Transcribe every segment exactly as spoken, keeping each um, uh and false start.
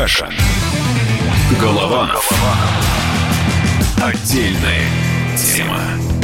Кашин. Голованов. Отдельная тема.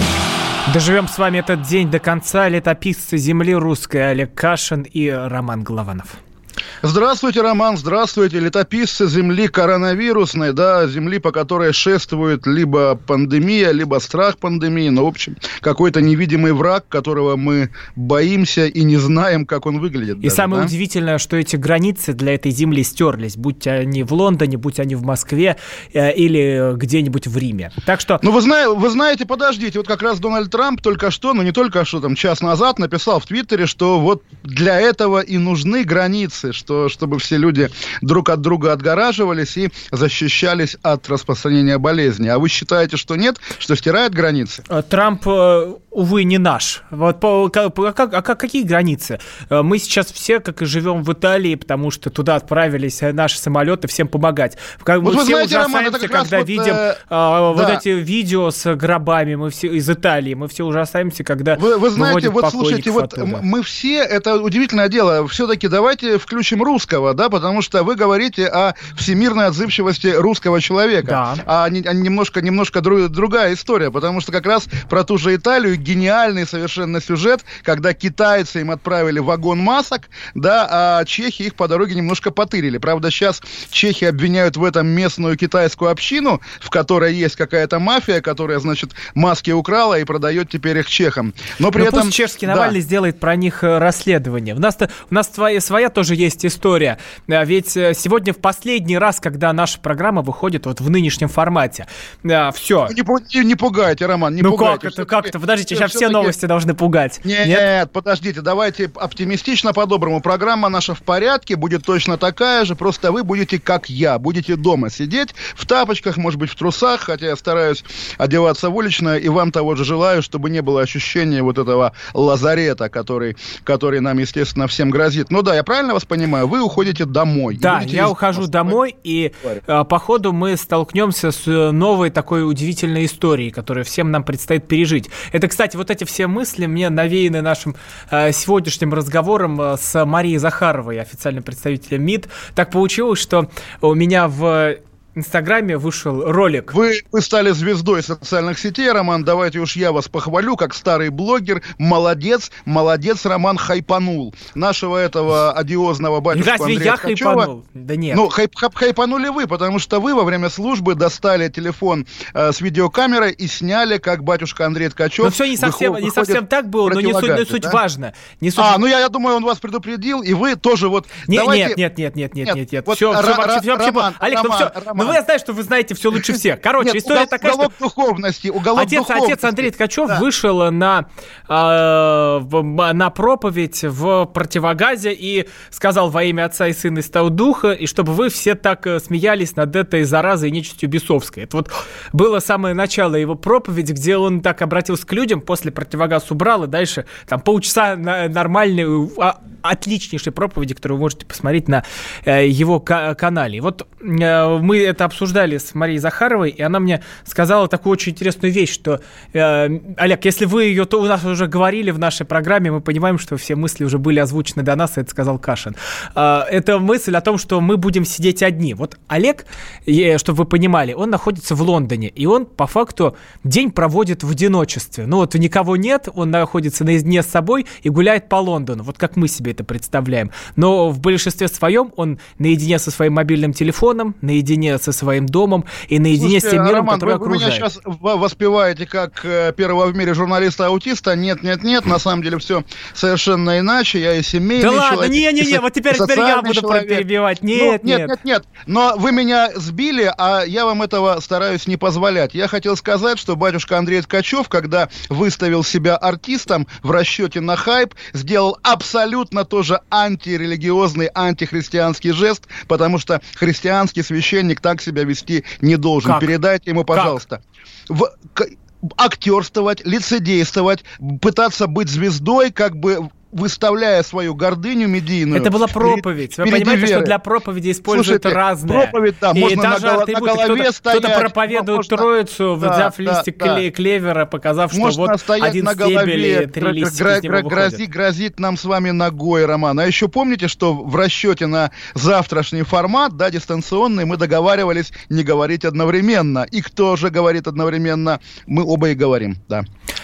Доживем с вами этот день до конца. Летописцы земли русской Олег Кашин и Роман Голованов. Здравствуйте, Роман, здравствуйте. Летописцы земли коронавирусной, да, земли, по которой шествует либо пандемия, либо страх пандемии, но, в общем, какой-то невидимый враг, которого мы боимся и не знаем, как он выглядит. И даже, самое да? удивительное, что эти границы для этой земли стерлись, будь они в Лондоне, будь они в Москве э, или где-нибудь в Риме. Так что... Ну, вы, зна- вы знаете, подождите, вот как раз Дональд Трамп только что, ну, не только что, там, час назад написал в Твиттере, что вот для этого и нужны границы, что чтобы все люди друг от друга отгораживались и защищались от распространения болезни. А вы считаете, что нет, что стирает границы? Трамп, увы, не наш. Вот, по, как, а, как, а какие границы? Мы сейчас все, как и живем в Италии, потому что туда отправились наши самолеты всем помогать. Мы вот все вы знаете, ужасаемся, Роман, когда вот, видим э, а, вот да. эти видео с гробами мы все, из Италии. Мы все ужасаемся, когда Вы, вы знаете, вот слушайте, вот оттуда. Мы все, это удивительное дело, все-таки давайте включим русского, да, потому что вы говорите о всемирной отзывчивости русского человека. Да. А, не, а немножко, немножко друг, другая история, потому что как раз про ту же Италию гениальный совершенно сюжет, когда китайцы им отправили вагон масок, да, а чехи их по дороге немножко потырили. Правда, сейчас чехи обвиняют в этом местную китайскую общину, в которой есть какая-то мафия, которая, значит, маски украла и продает теперь их чехам. Но при Но этом... пусть чешский да. Навальный сделает про них расследование. У нас-то, у нас своя, своя тоже есть история. Ведь сегодня в последний раз, когда наша программа выходит вот в нынешнем формате, все. Не, не, не пугайте, Роман, не ну пугайте. как это, как это? Подождите, сейчас все все-таки... новости должны пугать. Нет, нет, подождите, давайте оптимистично по-доброму. Программа наша в порядке, будет точно такая же, просто вы будете как я, будете дома сидеть в тапочках, может быть, в трусах, хотя я стараюсь одеваться в уличное, и вам того же желаю, чтобы не было ощущения вот этого лазарета, который, который нам, естественно, всем грозит. Ну да, я правильно вас понимаю, вы уходите домой. Да, я ухожу домой, и э, по ходу мы столкнемся с новой такой удивительной историей, которую всем нам предстоит пережить. Это, кстати, вот эти все мысли мне навеяны нашим э, сегодняшним разговором э, с Марией Захаровой, официальным представителем МИД. Так получилось, что у меня в Инстаграме вышел ролик. Вы, вы стали звездой социальных сетей, Роман, давайте уж я вас похвалю, как старый блогер. Молодец, молодец, Роман, хайпанул нашего этого одиозного батюшку Разве Андрея я Ткачева. хайпанул? Да нет. Ну, хайп, хайп, хайпанули вы, потому что вы во время службы достали телефон э, с видеокамерой и сняли, как батюшка Андрей Ткачев. Ну, все не совсем, выход, не совсем так было, но не суть, не суть да? важно. Не суть... А, ну я, я думаю, он вас предупредил, и вы тоже вот... Не, давайте... Нет, нет, нет, нет, нет, нет, нет. Вот Все, р- все, вообще, р- все, вообще... Роман, Олег, Роман, ну все, Роман. ну вы знаете, что вы знаете все лучше всех. Короче, Нет, история угол, такая, уголок что... духовности, уголок Отец, духовности. отец Андрей Ткачев да. вышел на, э, в, на проповедь в противогазе и сказал во имя Отца и Сына и Святого Духа, и чтобы вы все так смеялись над этой заразой и нечистью бесовской. Это вот было самое начало его проповеди, где он так обратился к людям, после противогаз убрал, и дальше там полчаса нормальной, отличнейшей проповеди, которую вы можете посмотреть на э, его ка- канале. И вот э, мы это обсуждали с Марией Захаровой, и она мне сказала такую очень интересную вещь, что, э, Олег, если вы ее то у нас уже говорили в нашей программе, мы понимаем, что все мысли уже были озвучены до нас, и это сказал Кашин. Э, это мысль о том, что мы будем сидеть одни. Вот Олег, э, чтобы вы понимали, он находится в Лондоне, и он по факту день проводит в одиночестве. Ну вот никого нет, он находится наедине с собой и гуляет по Лондону, вот как мы себе это представляем. Но в большинстве своем он наедине со своим мобильным телефоном, наедине со своим домом и наедине Слушайте, с тем миром, Роман, который вы, окружает. Вы меня сейчас воспеваете как э, первого в мире журналиста-аутиста. Нет, нет, нет, на самом деле все совершенно иначе. Я и семейный да человек. Да ладно, не-не-не, вот теперь, теперь я буду человек. перебивать. Нет, ну, нет, нет, нет, нет. Но вы меня сбили, а я вам этого стараюсь не позволять. Я хотел сказать, что батюшка Андрей Ткачев, когда выставил себя артистом в расчете на хайп, сделал абсолютно тоже антирелигиозный, антихристианский жест, потому что христианский священник так себя вести не должен. Как? Передайте ему, пожалуйста. В, к, актерствовать, лицедействовать, пытаться быть звездой, как бы выставляя свою гордыню медийную. Это была проповедь. Вы понимаете, веры. Что для проповеди используют Слушайте, разное. Проповедь, да, и можно даже на, гол- атрибуты. на голове кто-то, стоять. Кто-то проповедует можно, Троицу, да, взяв да, листик да. кле- клевера, показав, что можно вот один на стебель голове, и три гра- листика гра- из него гра- грозит, выходят. Грозит нам с вами ногой, Роман. А еще помните, что в расчете на завтрашний формат, да, дистанционный, мы договаривались не говорить одновременно. И кто же говорит одновременно, мы оба и говорим, да.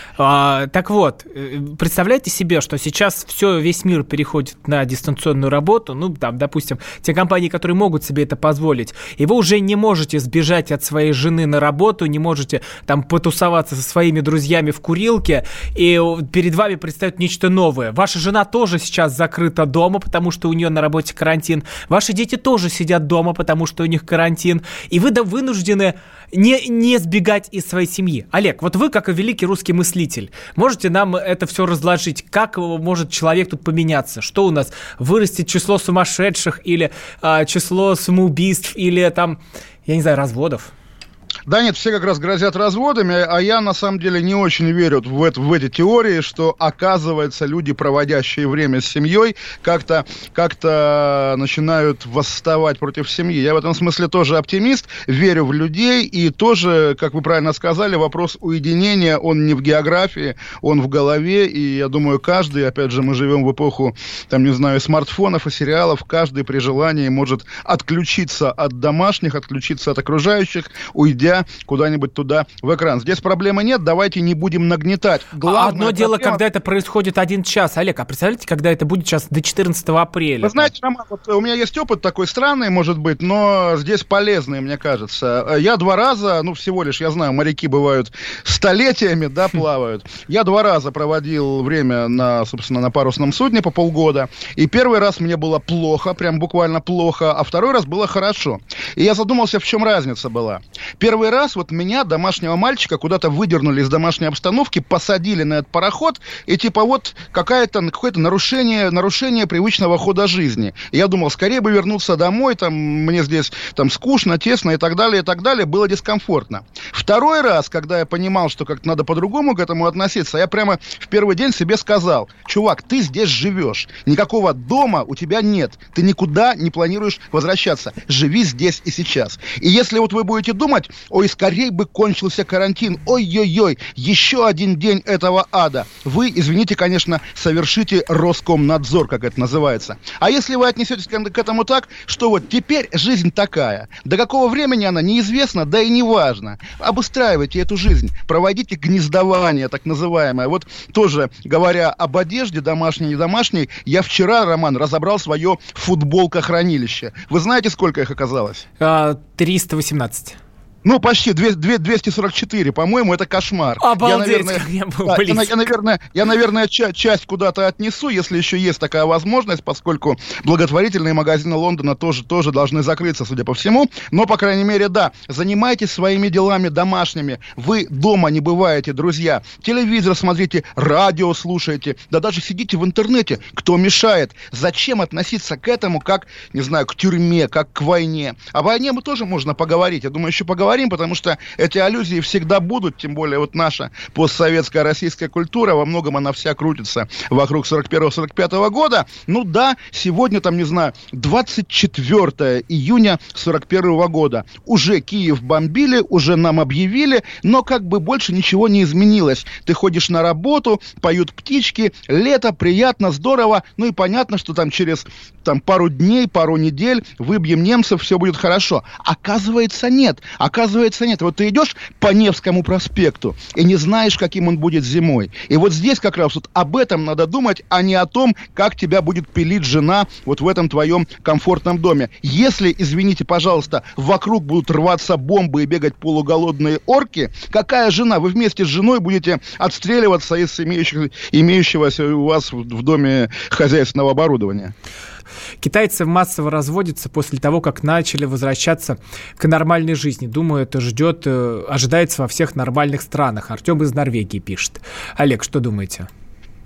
А, так вот, представляете себе, что сейчас все, весь мир переходит на дистанционную работу, ну, там, допустим, те компании, которые могут себе это позволить, и вы уже не можете сбежать от своей жены на работу, не можете там потусоваться со своими друзьями в курилке, и перед вами предстает нечто новое. Ваша жена тоже сейчас закрыта дома, потому что у нее на работе карантин. Ваши дети тоже сидят дома, потому что у них карантин. И вы да, вынуждены не, не сбегать из своей семьи. Олег, вот вы, как и великий русский мыслитель, можете нам это все разложить? Как может человек тут поменяться? Что у нас? Вырастет число сумасшедших или а, число самоубийств или там, я не знаю, разводов? Да нет, все как раз грозят разводами, а я на самом деле не очень верю в, это, в эти теории, что, оказывается, люди, проводящие время с семьей, как-то, как-то начинают восставать против семьи. Я в этом смысле тоже оптимист, верю в людей, и тоже, как вы правильно сказали, вопрос уединения, он не в географии, он в голове, и я думаю, каждый, опять же, мы живем в эпоху, там, не знаю, смартфонов и сериалов, каждый при желании может отключиться от домашних, отключиться от окружающих, уйдя куда-нибудь туда в экран. Здесь проблемы нет, давайте не будем нагнетать. Главное, Одно дело, проблема... когда это происходит один час. Олег, а представляете, когда это будет сейчас до четырнадцатого апреля? Вы знаете, Роман, вот у меня есть опыт такой странный, может быть, но здесь полезный, мне кажется. Я два раза, ну всего лишь, я знаю, моряки бывают столетиями, да, плавают. Я два раза проводил время на, собственно, на парусном судне по полгода. И первый раз мне было плохо, прям буквально плохо, а второй раз было хорошо. И я задумался, в чем разница была. Первый раз вот меня, домашнего мальчика, куда-то выдернули из домашней обстановки, посадили на этот пароход, и типа вот какая-то, какое-то нарушение, нарушение привычного хода жизни. И я думал, скорее бы вернуться домой, там, мне здесь там скучно, тесно и так далее, и так далее, было дискомфортно. Второй раз, когда я понимал, что как-то надо по-другому к этому относиться, я прямо в первый день себе сказал: чувак, ты здесь живешь, никакого дома у тебя нет, ты никуда не планируешь возвращаться, живи здесь и сейчас. И если вот вы будете думать: ой, скорее бы кончился карантин, ой-ой-ой, еще один день этого ада. Вы, извините, конечно, совершите Роскомнадзор, как это называется. А если вы отнесетесь к этому так, что вот теперь жизнь такая, до какого времени она неизвестна, да и не важно. Обустраивайте эту жизнь, проводите гнездование, так называемое. Вот тоже, говоря об одежде, домашней, не домашней, я вчера, Роман, разобрал свое футболка-хранилище. Вы знаете, сколько их оказалось? триста восемнадцать. Ну, почти двести сорок четыре, по-моему, это кошмар. Обалдеть, я, наверное, я был да, близко. Я, я, наверное, я, наверное ча- часть куда-то отнесу, если еще есть такая возможность, поскольку благотворительные магазины Лондона тоже, тоже должны закрыться, судя по всему. Но, по крайней мере, да, занимайтесь своими делами домашними. Вы дома не бываете, друзья. Телевизор смотрите, радио слушаете, да даже сидите в интернете. Кто мешает? Зачем относиться к этому как, не знаю, к тюрьме, как к войне? О войне мы тоже можно поговорить. Я думаю, еще поговорим, потому что эти аллюзии всегда будут, тем более вот наша постсоветская российская культура, во многом она вся крутится вокруг сорок первого сорок пятого года. Ну да, сегодня там, не знаю, двадцать четвёртого июня сорок первого года. Уже Киев бомбили, уже нам объявили, но как бы больше ничего не изменилось. Ты ходишь на работу, поют птички, лето, приятно, здорово, ну и понятно, что там через там, пару дней, пару недель выбьем немцев, все будет хорошо. Оказывается, нет. Оказывается, нет. Вот ты идешь по Невскому проспекту и не знаешь, каким он будет зимой. И вот здесь как раз вот об этом надо думать, а не о том, как тебя будет пилить жена вот в этом твоем комфортном доме. Если, извините, пожалуйста, вокруг будут рваться бомбы и бегать полуголодные орки, какая жена? Вы вместе с женой будете отстреливаться из имеющих, имеющегося у вас в доме хозяйственного оборудования. Китайцы массово разводятся после того, как начали возвращаться к нормальной жизни. Думаю, это ждет, ожидается во всех нормальных странах. Артем из Норвегии пишет. Олег, что думаете?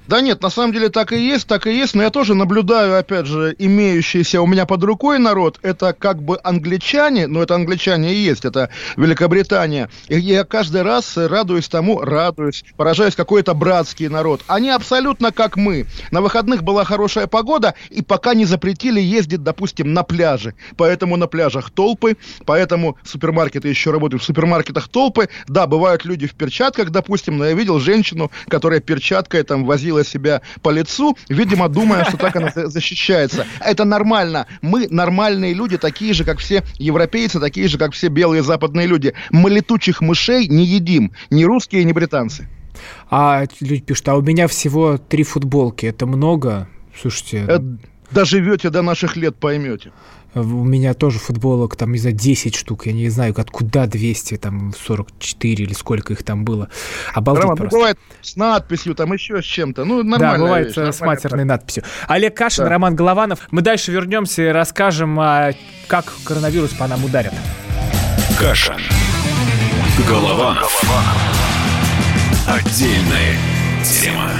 Да нет, на самом деле так и есть, так и есть, но я тоже наблюдаю, опять же, имеющийся у меня под рукой народ, это как бы англичане, но это англичане и есть, это Великобритания, и я каждый раз радуюсь тому, радуюсь, поражаюсь, какой это братский народ. Они абсолютно как мы. На выходных была хорошая погода, и пока не запретили ездить, допустим, на пляже, поэтому на пляжах толпы, поэтому супермаркеты еще работают, в супермаркетах толпы, да, бывают люди в перчатках, допустим, но я видел женщину, которая перчаткой там возила себя по лицу, видимо, думая, что так она защищается. Это нормально. Мы нормальные люди, такие же, как все европейцы, такие же, как все белые западные люди. Мы летучих мышей не едим. Ни русские, ни британцы. А люди пишут, а у меня всего три футболки. Это много? Слушайте... Это доживете до наших лет, поймете. У меня тоже футболок, там, не знаю, десять штук, я не знаю, откуда двести, там, сорок четыре или сколько их там было. Обалдеть Роман, просто. Ну, бывает с надписью, там, еще с чем-то. Ну, нормально. Да, бывает вещь, с матерной надписью. Олег Кашин, да. Роман Голованов. Мы дальше вернемся и расскажем, как коронавирус по нам ударит. Кашин. Голованов. Отдельная тема.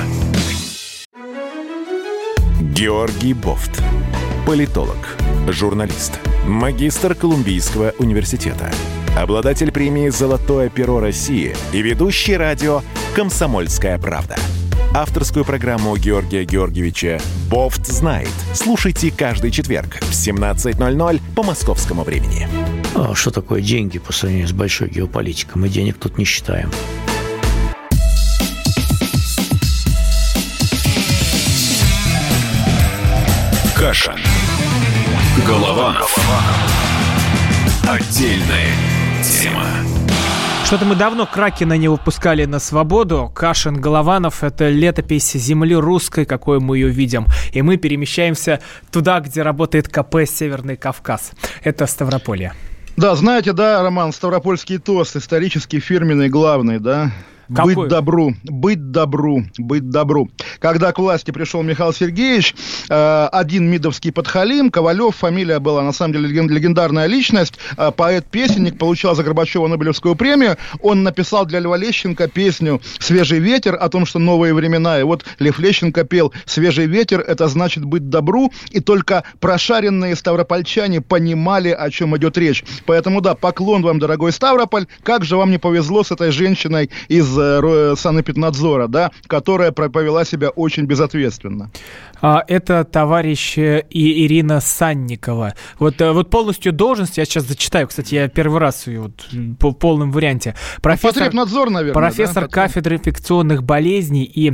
Георгий Бофт. Политолог, журналист, магистр Колумбийского университета, обладатель премии «Золотое перо России» и ведущий радио «Комсомольская правда». Авторскую программу Георгия Георгиевича «Бофт знает». Слушайте каждый четверг в семнадцать ноль ноль по московскому времени. А что такое деньги по сравнению с большой геополитикой? Мы денег тут не считаем. Кашин. Голованов. Отдельная тема. Что-то мы давно Кракена не выпускали на свободу. Кашин, Голованов — это летопись земли русской, какой мы ее видим. И мы перемещаемся туда, где работает ка пэ «Северный Кавказ». Это Ставрополье. Да, знаете, да, Роман, ставропольский тост, исторический, фирменный, главный, да? Какой? Быть добру, быть добру, быть добру. Когда к власти пришел Михаил Сергеевич, э, один мидовский подхалим, Ковалев, фамилия была на самом деле легендарная личность, э, поэт-песенник, получал за Горбачева Нобелевскую премию, он написал для Льва Лещенко песню «Свежий ветер» о том, что новые времена, и вот Лев Лещенко пел «Свежий ветер» — это значит быть добру, и только прошаренные ставропольчане понимали, о чем идет речь. Поэтому, да, поклон вам, дорогой Ставрополь, как же вам не повезло с этой женщиной из Санэпиднадзора, да, которая повела себя очень безответственно. А, это товарищ и Ирина Санникова. Вот, вот полностью должность, я сейчас зачитаю, кстати, я первый раз ее вот, по полном варианте. Профессор, Потребнадзор, наверное. Профессор да? кафедры инфекционных болезней и э,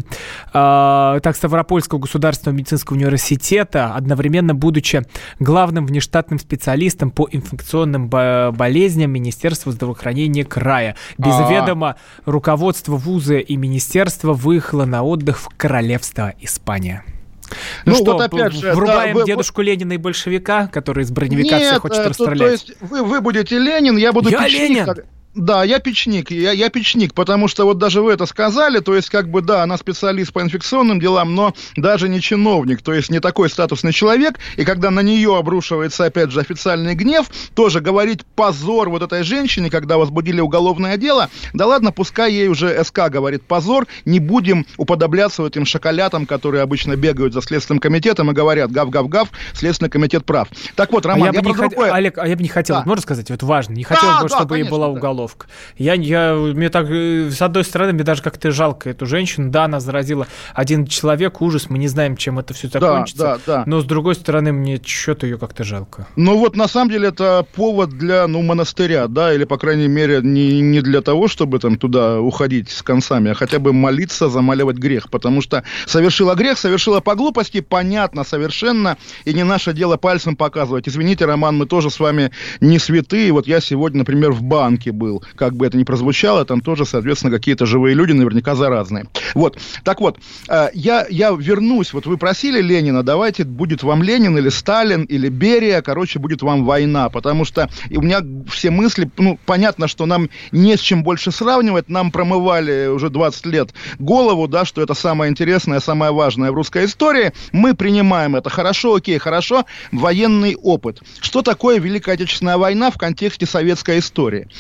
так, Ставропольского государственного медицинского университета, одновременно будучи главным внештатным специалистом по инфекционным болезням Министерства здравоохранения края. Без А-а-а. ведома руководства вуза и министерства выехало на отдых в Королевство Испания. Ну, ну что, вот опять же, врубаем да, вы, дедушку вы... Ленина и большевика, который из броневика Нет, всех хочет то, расстрелять? То есть вы, вы будете Ленин, я буду я печник. Ленин. Да, я печник, я, я печник, потому что вот даже вы это сказали, то есть как бы, да, она специалист по инфекционным делам, но даже не чиновник, то есть не такой статусный человек, и когда на нее обрушивается, опять же, официальный гнев, тоже говорить позор вот этой женщине, когда возбудили уголовное дело, да ладно, пускай ей уже СК говорит позор, не будем уподобляться вот этим шоколятам, которые обычно бегают за Следственным комитетом и говорят гав-гав-гав, Следственный комитет прав. Так вот, Роман, а я, я бы про не другое... хот... Олег, а я бы не хотел, да. можно сказать, вот важно, не хотелось да, бы, да, чтобы конечно, ей была да. уголовка. Я, я, мне так, с одной стороны, мне даже как-то жалко эту женщину. Да, она заразила один человек, ужас, мы не знаем, чем это все закончится. Да, да, да. Но, с другой стороны, мне что-то ее как-то жалко. Ну вот, на самом деле, это повод для, ну, монастыря, да, или, по крайней мере, не, не для того, чтобы там туда уходить с концами, а хотя бы молиться, замаливать грех, потому что совершила грех, совершила по глупости, понятно, совершенно, и не наше дело пальцем показывать. Извините, Роман, мы тоже с вами не святые, вот я сегодня, например, в банке был, как бы это ни прозвучало, там тоже, соответственно, какие-то живые люди, наверняка заразные. Вот, так вот, э, я, я вернусь, вот вы просили Ленина, давайте, будет вам Ленин или Сталин, или Берия, короче, будет вам война, потому что у меня все мысли, ну, понятно, что нам не с чем больше сравнивать, нам промывали уже двадцать лет голову, да, что это самое интересное, самое важное в русской истории, мы принимаем это, хорошо, окей, хорошо, военный опыт. Что такое Великая Отечественная война в контексте советской истории? Очень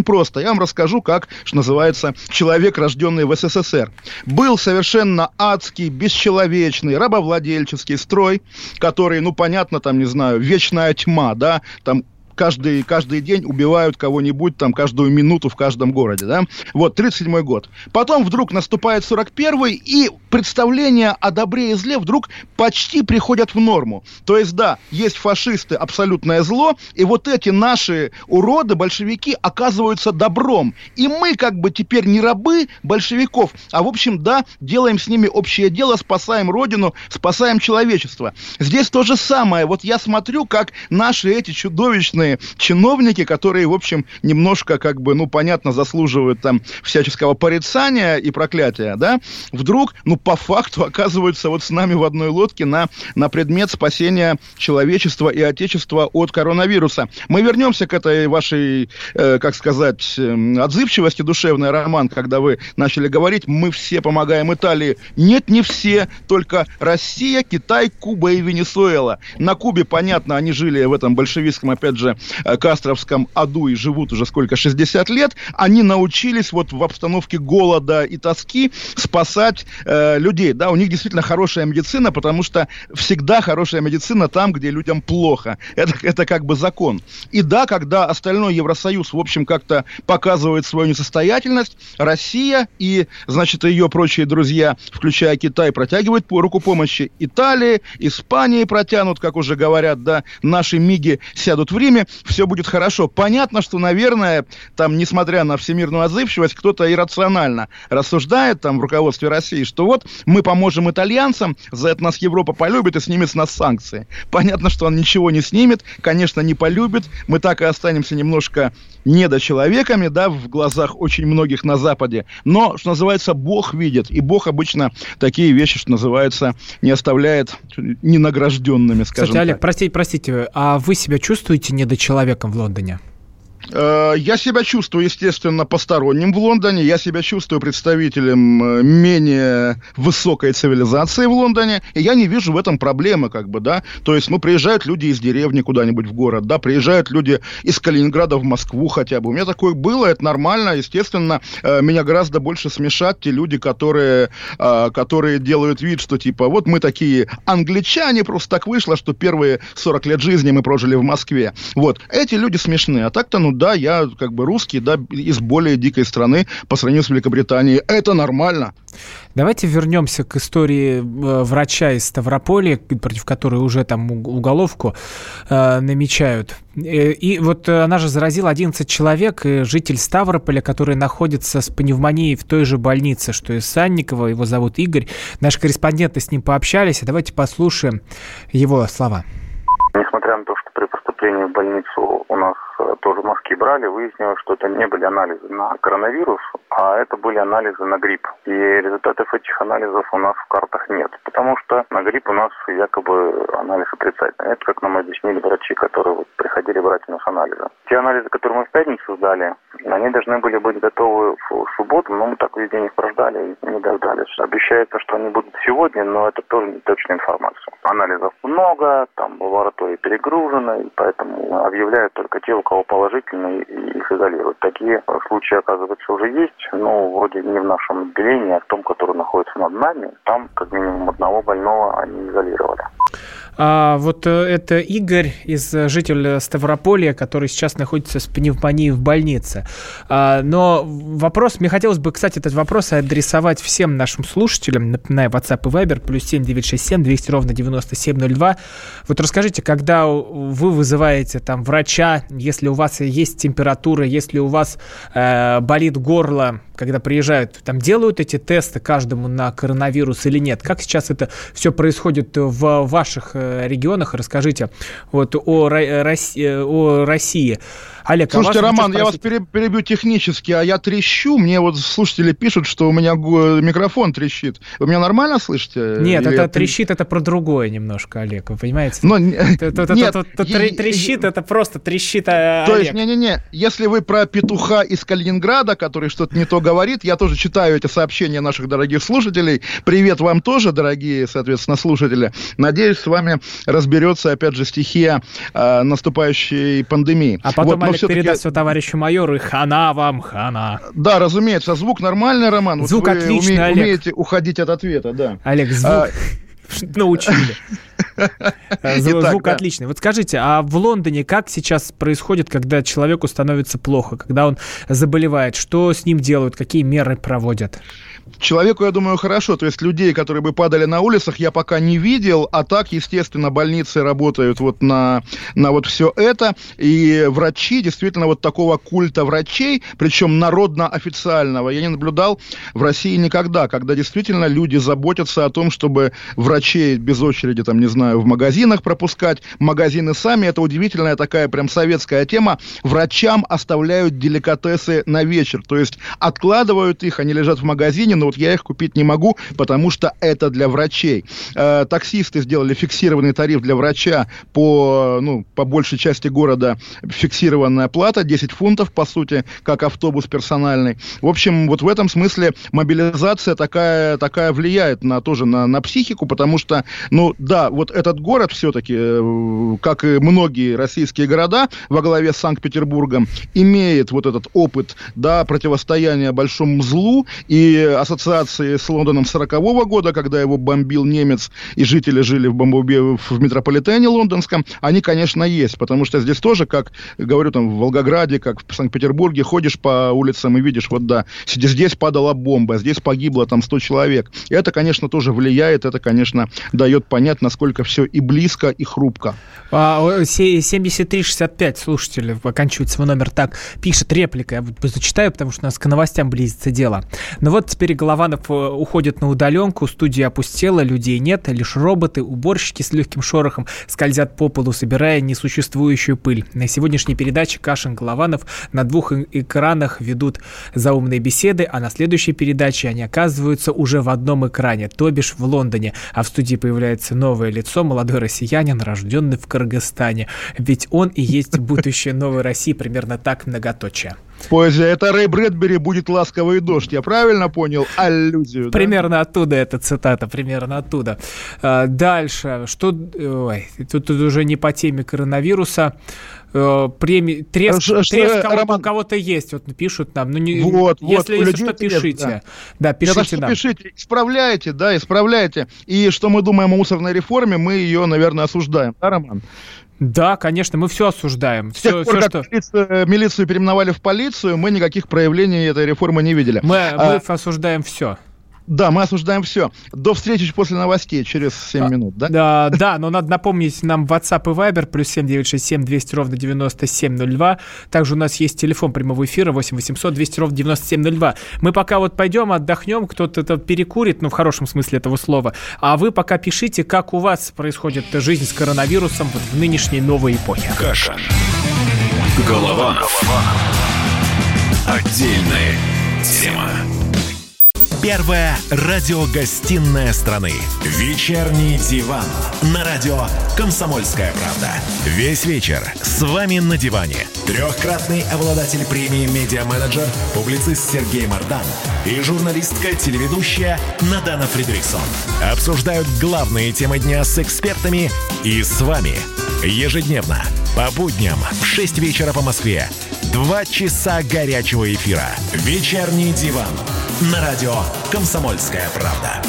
просто. Я вам расскажу, как, что называется, человек, рожденный в СССР. Был совершенно адский, бесчеловечный, рабовладельческий строй, который, ну, понятно, там, не знаю, вечная тьма, да, там, Каждый, каждый день убивают кого-нибудь, там, каждую минуту в каждом городе, да? Вот, тридцать седьмой год. Потом вдруг наступает сорок первый, и представления о добре и зле вдруг почти приходят в норму. То есть, да, есть фашисты, абсолютное зло, и вот эти наши уроды, большевики, оказываются добром. И мы, как бы, теперь не рабы большевиков, а, в общем, да, делаем с ними общее дело, спасаем родину, спасаем человечество. Здесь то же самое. Вот я смотрю, как наши эти чудовищные чиновники, которые, в общем, немножко, как бы, ну, понятно, заслуживают там всяческого порицания и проклятия, да, вдруг, ну, по факту оказываются вот с нами в одной лодке на, на предмет спасения человечества и отечества от коронавируса. Мы вернемся к этой вашей, э, как сказать, э, отзывчивости душевной, Роман, когда вы начали говорить, мы все помогаем Италии. Нет, не все, только Россия, Китай, Куба и Венесуэла. На Кубе, понятно, они жили в этом большевистском, опять же, кастровском аду и живут уже сколько, шестьдесят лет, они научились вот в обстановке голода и тоски спасать э, людей. Да, у них действительно хорошая медицина, потому что всегда хорошая медицина там, где людям плохо. Это, это как бы закон. И да, когда остальной Евросоюз, в общем, как-то показывает свою несостоятельность, Россия и, значит, ее прочие друзья, включая Китай, протягивают руку помощи Италии, Испании протянут, как уже говорят, да, наши миги сядут в Риме, все будет хорошо. Понятно, что, наверное, там, несмотря на всемирную отзывчивость, кто-то иррационально рассуждает там в руководстве России, что вот мы поможем итальянцам, за это нас Европа полюбит и снимет с нас санкции. Понятно, что он ничего не снимет, конечно, не полюбит. Мы так и останемся немножко недочеловеками, да, в глазах очень многих на Западе. Но, что называется, Бог видит. И Бог обычно такие вещи, что называется, не оставляет ненагражденными, скажем. Кстати, Олег, так. простите, простите, а вы себя чувствуете недочеловеком в Лондоне? Я себя чувствую, естественно, посторонним в Лондоне. Я себя чувствую представителем менее высокой цивилизации в Лондоне. И я не вижу в этом проблемы, как бы, да. То есть, ну, приезжают люди из деревни куда-нибудь в город, да, приезжают люди из Калининграда в Москву хотя бы. У меня такое было, это нормально. Естественно, меня гораздо больше смешат те люди, которые, которые делают вид, что, типа, вот мы такие англичане, просто так вышло, что первые сорок лет жизни мы прожили в Москве. Вот. Эти люди смешные. А так-то, ну, да, я как бы русский, да, из более дикой страны по сравнению с Великобританией. Это нормально. Давайте вернемся к истории врача из Ставрополя, против которой уже там уголовку э, намечают. И вот она же заразила одиннадцать человек, житель Ставрополя, который находится с пневмонией в той же больнице, что и Санникова, его зовут Игорь. Наши корреспонденты с ним пообщались, давайте послушаем его слова. Несмотря на то, что при поступлении в больницу у нас тоже мазки брали, выяснилось, что это не были анализы на коронавирус, а это были анализы на грипп. И результатов этих анализов у нас в картах нет, потому что на грипп у нас якобы анализ отрицательный. Это как нам объяснили врачи, которые вот приходили брать у нас анализы. Те анализы, которые мы в пятницу сдали, они должны были быть готовы в субботу, но мы так весь день их прождали и не дождались. Обещается, что они будут сегодня, но это тоже не точная информация. Анализов много, там лаборатории перегружены, и поэтому объявляют только те, у кого положительные, и их изолируют. Такие случаи, оказывается, уже есть, но вроде не в нашем отделении, а в том, который находится над нами. Там как минимум одного больного они изолировали. А вот это Игорь, из жителя Ставрополья, который сейчас находится с пневмонией в больнице. А, но вопрос, мне хотелось бы, кстати, этот вопрос адресовать всем нашим слушателям. Напоминаю, WhatsApp и Viber, плюс семь девятьсот шестьдесят семь двести ровно девяносто семь ноль два. Вот расскажите, когда вы вызываете там врача, если у вас есть температура, если у вас э, болит горло, когда приезжают, там делают эти тесты каждому на коронавирус или нет? Как сейчас это все происходит в ваших регионах? Расскажите вот о, о России. Олег, слушайте, а Роман, я вас перебью технически, а я трещу. Мне вот слушатели пишут, что у меня микрофон трещит. Вы меня нормально слышите? Нет, Или это это... трещит, это про другое немножко, Олег, вы понимаете? Но... Нет, трещит, это просто трещит, Олег. То есть, не-не-не, если вы про петуха из Калининграда, который что-то не то говорит, я тоже читаю эти сообщения наших дорогих слушателей. Привет вам тоже, дорогие, соответственно, слушатели. Надеюсь, с вами разберется, опять же, стихия э, наступающей пандемии. А потом, вот, Олег все-таки... передаст все товарищу майору, и хана вам, хана. Да, разумеется, звук нормальный, Роман. Звук вот вы отличный, уме... Олег. умеете уходить от ответа, да. Олег, звук... А... Научили. Звук Итак, да. отличный. Вот скажите, а в Лондоне как сейчас происходит, когда человеку становится плохо, когда он заболевает? Что с ним делают? Какие меры проводят? Человеку, я думаю, хорошо. То есть людей, которые бы падали на улицах, я пока не видел. А так, естественно, больницы работают вот на, на вот все это. И врачи, действительно, вот такого культа врачей, причем народно-официального, я не наблюдал в России никогда. Когда действительно люди заботятся о том, чтобы врачей без очереди, там, не знаю, в магазинах пропускать. Магазины сами, это удивительная такая прям советская тема. Врачам оставляют деликатесы на вечер. То есть откладывают их, они лежат в магазине, но вот я их купить не могу, потому что это для врачей. Э, таксисты сделали фиксированный тариф для врача по, ну, по большей части города фиксированная плата, десять фунтов, по сути, как автобус персональный. В общем, вот в этом смысле мобилизация такая, такая влияет на, тоже на, на психику, потому что, ну, да, вот этот город все-таки, э, как и многие российские города во главе с Санкт-Петербургом, имеет вот этот опыт, да, противостояния большому злу, и ассоциации с Лондоном сорокового года, когда его бомбил немец, и жители жили в бомбе в метрополитене лондонском, они, конечно, есть, потому что здесь тоже, как говорю, там, в Волгограде, как в Санкт-Петербурге, ходишь по улицам и видишь, вот да, здесь падала бомба, здесь погибло там сто человек. И это, конечно, тоже влияет, это, конечно, дает понять, насколько все и близко, и хрупко. семьдесят три шестьдесят пять слушателей, оканчивает свой номер так, пишет реплика, я зачитаю, потому что у нас к новостям близится дело. Но вот теперь Голованов уходит на удаленку, студия опустела, людей нет, лишь роботы, уборщики с легким шорохом скользят по полу, собирая несуществующую пыль. На сегодняшней передаче Кашин, Голованов на двух экранах ведут заумные беседы, а на следующей передаче они оказываются уже в одном экране, то бишь в Лондоне, а в студии появляется новое лицо, молодой россиянин, рожденный в Кыргызстане. Ведь он и есть будущее новой России, примерно так, многоточие. Поэзия. Это Рэй Брэдбери «Будет ласковый дождь». Я правильно понял аллюзию? Примерно да? оттуда эта цитата, примерно оттуда. А, дальше. Что... Ой, тут, тут уже не по теме коронавируса. Премии, треск, Ш, треск кого-то, Роман... у кого-то есть, вот пишут нам. Ну, не, вот, если, вот, если что, пишите. Да, да пишите Это, нам. Пишите, исправляйте, да, исправляйте. И что мы думаем о мусорной реформе, мы ее, наверное, осуждаем. Да, Роман? Да, конечно, мы все осуждаем. С тех все, пор, все, как что... милицию, милицию переименовали в полицию, мы никаких проявлений этой реформы не видели. Мы, а... мы осуждаем все. Да, мы осуждаем все. До встречи после новостей через семь а, минут, да? Да, да, но надо напомнить нам WhatsApp и Viber, плюс семь девятьсот шестьдесят семь двести ровно девяносто семь ноль два. Также у нас есть телефон прямого эфира восемь восемьсот двести ровно девяносто семь ноль два. Мы пока вот пойдем, отдохнем, кто-то это перекурит, ну, в хорошем смысле этого слова. А вы пока пишите, как у вас происходит жизнь с коронавирусом вот в нынешней новой эпохе. Кашин. Голованов. Отдельная тема. Первая радиогостинная страны. Вечерний диван. На радио «Комсомольская правда». Весь вечер с вами на диване. Трехкратный обладатель премии «Медиа-менеджер», публицист Сергей Мардан и журналистка-телеведущая Надана Фридрихсон обсуждают главные темы дня с экспертами и с вами. Ежедневно, по будням, в шесть вечера по Москве. Два часа горячего эфира. Вечерний диван. На радио «Комсомольская правда».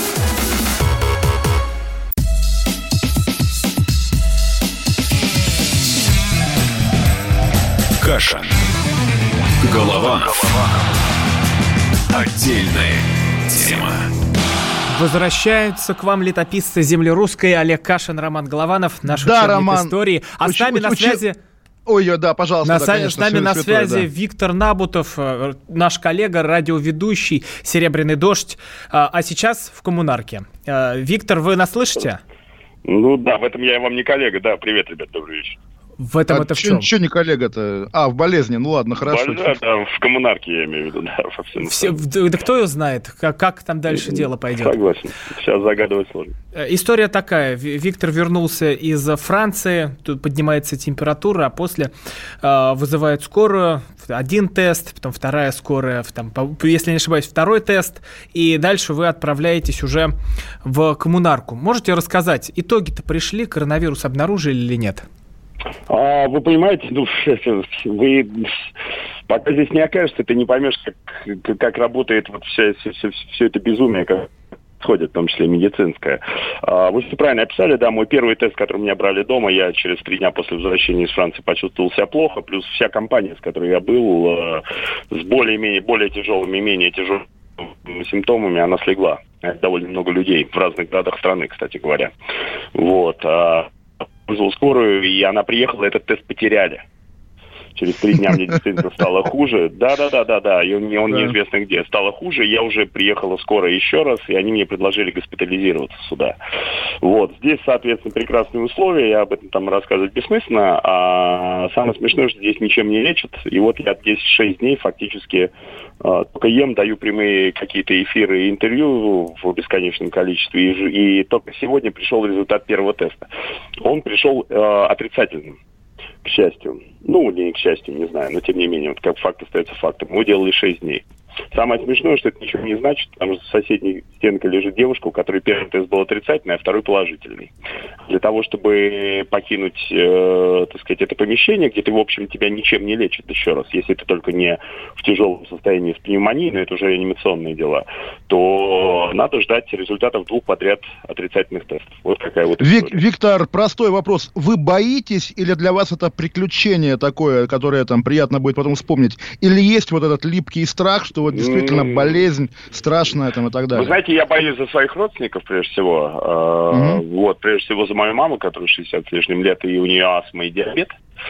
Кашин. Голованов. Отдельная тема. Возвращаются к вам летописцы земли русской Олег Кашин, Роман Голованов, наш да, учебник Роман. истории. А Уч- с нами уч- на уч- связи... Ой, да, пожалуйста. На да, с, конечно, с нами на святое, связи да. Виктор Набутов, наш коллега, радиоведущий «Серебряный дождь», а сейчас в коммунарке. Виктор, вы нас слышите? Ну да, в этом я вам не коллега. Да, привет, ребят, добрый вечер. В этом а это чё, в чем? Чё не коллега-то? А, в болезни, ну ладно, хорошо. Да, да, в коммунарке я имею в виду, да. Все, да кто ее знает, как, как там дальше mm-hmm. дело пойдет? Согласен, сейчас загадывать сложно. История такая, Виктор вернулся из Франции, тут поднимается температура, а после э, вызывают скорую, один тест, потом вторая скорая, там, если не ошибаюсь, второй тест, и дальше вы отправляетесь уже в коммунарку. Можете рассказать, итоги-то пришли, коронавирус обнаружили или нет? А, вы понимаете, ну, вы пока здесь не окажешься, ты не поймешь, как, как работает вот все, все, все, все это безумие, как происходит, в том числе и медицинское. А, вы все правильно описали, да, мой первый тест, который меня брали дома, я через три дня после возвращения из Франции почувствовал себя плохо, плюс вся компания, с которой я был, с более-менее, более тяжелыми, менее тяжелыми симптомами, она слегла. Это довольно много людей в разных городах страны, кстати говоря. Вот. А, вызвал скорую, и она приехала, этот тест потеряли. Через три дня мне действительно стало хуже. Да-да-да-да-да, и он, он неизвестно где. Стало хуже, я уже приехала скоро еще раз, и они мне предложили госпитализироваться сюда. Вот. Здесь, соответственно, прекрасные условия, я об этом там рассказывать бессмысленно, а самое смешное, что здесь ничем не лечат. И вот я десять шесть дней фактически а, только ем, даю прямые какие-то эфиры и интервью в бесконечном количестве, и, и только сегодня пришел результат первого теста. Он пришел а, отрицательным. К счастью. Ну, не к счастью, не знаю, но тем не менее, вот как факт остается фактом. Мы делали шесть дней. Самое смешное, что это ничего не значит, потому что в соседней стенке лежит девушка, у которой первый тест был отрицательный, а второй положительный. Для того, чтобы покинуть, э, так сказать, это помещение, где ты, в общем, тебя ничем не лечат, еще раз, если ты только не в тяжелом состоянии с пневмонией, но это уже реанимационные дела, то надо ждать результатов двух подряд отрицательных тестов. Вот какая вот история. Вик, Виктор, простой вопрос. Вы боитесь или для вас это приключение такое, которое там приятно будет потом вспомнить? Или есть вот этот липкий страх, что вот действительно болезнь страшная там и так далее? Вы знаете, я боюсь за своих родственников, прежде всего. Uh-huh. Вот, прежде всего за мою маму, которая шестьдесят с лишним лет, и у нее астма и диабет.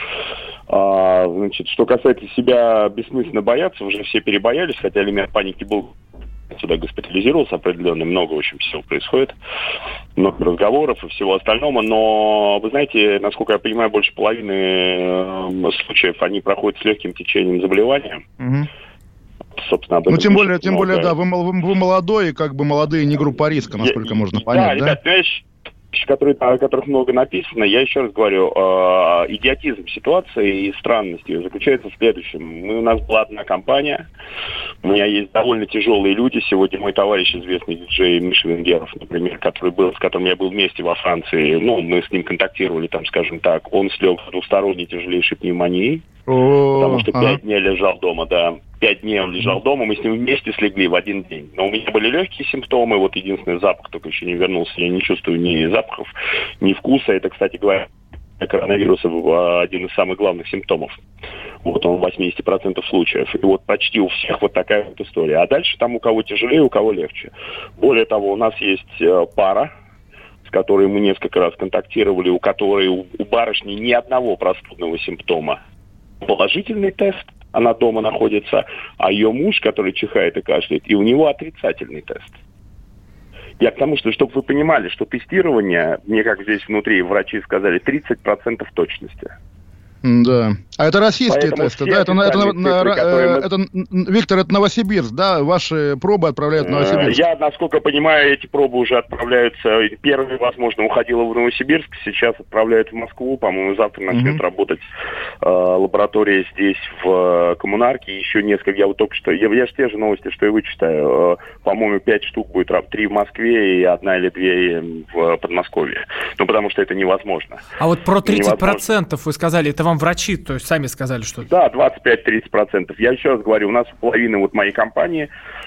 А, значит, что касается себя, бессмысленно бояться, уже все перебоялись, хотя элемент паники был. Сюда госпитализировался определенно, много очень всего происходит, много разговоров и всего остального, но, вы знаете, насколько я понимаю, больше половины э, случаев, они проходят с легким течением заболевания. Угу. Собственно, об этом ну, тем более, тем много. более, да, вы, вы, вы молодой, и как бы молодые не группа риска, насколько я, можно понять, да? Ребят, понимаешь, которые, о которых много написано, я еще раз говорю, э, идиотизм ситуации и странность ее заключается в следующем. Мы, у нас была одна компания, у меня есть довольно тяжелые люди. Сегодня мой товарищ, известный диджей Миша Венгеров, например, который был, с которым я был вместе во Франции, ну, мы с ним контактировали, там, скажем так, он слег с двусторонней тяжелейшей пневмонией, потому что пять ага. дней лежал дома, да. Пять дней он лежал дома, мы с ним вместе слегли в один день. Но у меня были легкие симптомы, вот единственный запах только еще не вернулся. Я не чувствую ни запахов, ни вкуса. Это, кстати говоря, коронавируса один из самых главных симптомов. Вот он в восемьдесят процентов случаев. И вот почти у всех вот такая вот история. А дальше там у кого тяжелее, у кого легче. Более того, у нас есть пара, с которой мы несколько раз контактировали, у которой у, у барышни ни одного простудного симптома. Положительный тест, она дома находится, а ее муж, который чихает и кашляет, и у него отрицательный тест. Я к тому, что, чтобы вы понимали, что тестирование, мне как здесь внутри врачи сказали, тридцать процентов точности. Да. А это российские Поэтому тесты, да? Это, это, цифры, на, мы... это, Виктор, это Новосибирск, да? Ваши пробы отправляют в Новосибирск? Я, насколько понимаю, эти пробы уже отправляются. Первая, возможно, уходила в Новосибирск, сейчас отправляют в Москву. По-моему, завтра начнет uh-huh. работать э, лаборатория здесь, в Коммунарке. Еще несколько, я вот только что, я, я же те же новости, что и вы читаю. Э, по-моему, пять штук будет, три в Москве и одна или две в Подмосковье. Ну, потому что это невозможно. А вот про тридцать процентов вы сказали, это вам врачи, то есть сами сказали, что... Да, двадцать пять - тридцать процентов. Я еще раз говорю, у нас половина вот моей компании,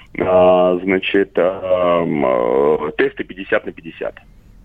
а, значит, а, а, тесты пятьдесят на пятьдесят.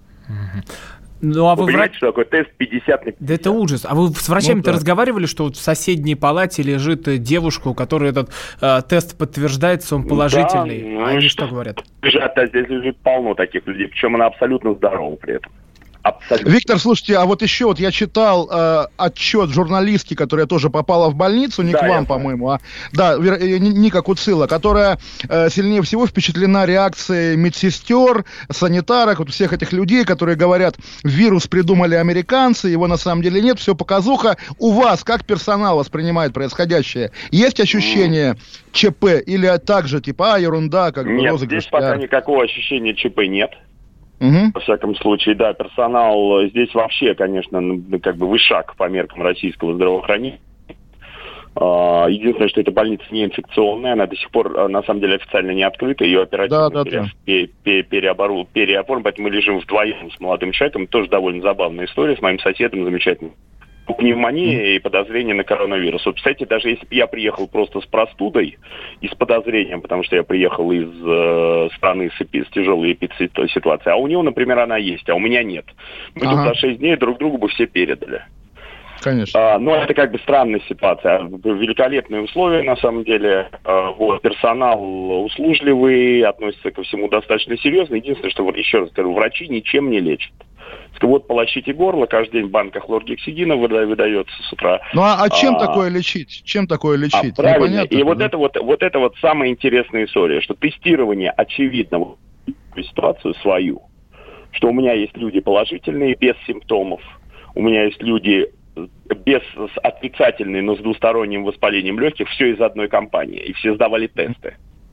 Ну, а вы, вы понимаете, врач... что такое тест пятьдесят на пятьдесят? Да это ужас. А вы с врачами-то ну, да. разговаривали, что вот в соседней палате лежит девушка, у которой этот э, тест подтверждается, он положительный? Да, ну, а они что, что говорят? Лежат, а здесь лежит полно таких людей, причем она абсолютно здорова при этом. Абсолютно. Виктор, слушайте, а вот еще вот я читал э, отчет журналистки, которая тоже попала в больницу, не да, к вам, по-моему, а да, Ника Куцила, которая э, сильнее всего впечатлена реакцией медсестер, санитарок, вот всех этих людей, которые говорят, вирус придумали американцы, его на самом деле нет, все показуха. У вас, как персонал воспринимает происходящее? Есть ощущение mm. ЧП или также типа, а, ерунда, как бы нет, розыгрыш? Здесь пока никакого ощущения ЧП нет. Угу. Во всяком случае, да, персонал здесь вообще, конечно, как бы вышаг по меркам российского здравоохранения. Единственное, что эта больница не инфекционная, она до сих пор, на самом деле, официально не открыта, ее оперативно да, да, пере, да. пере, пере, переобору, переоформили, поэтому мы лежим вдвоем с молодым человеком, тоже довольно забавная история, с моим соседом замечательным. пневмония и подозрение на коронавирус. Вот, кстати, даже если бы я приехал просто с простудой и с подозрением, потому что я приехал из э, страны с, эпи, с тяжелой эпидситуацией, а у него, например, она есть, а у меня нет. Мы ага. тут за шесть дней друг другу бы все передали. Конечно. А, но это как бы странная ситуация. Великолепные условия, на самом деле. А, вот, персонал услужливый, относится ко всему достаточно серьезно. Единственное, что, вот еще раз скажу, врачи ничем не лечат. Вот полощите горло, каждый день банка хлоргексидина выдается с утра. Ну а, а чем а, такое лечить? Чем такое лечить? А, правильно. Непонятно, и да? вот это вот, вот это вот самая интересная история, что тестирование очевидно вот, ситуацию свою, что у меня есть люди положительные без симптомов, у меня есть люди без с отрицательной, но с двусторонним воспалением легких, все из одной компании, и все сдавали тесты.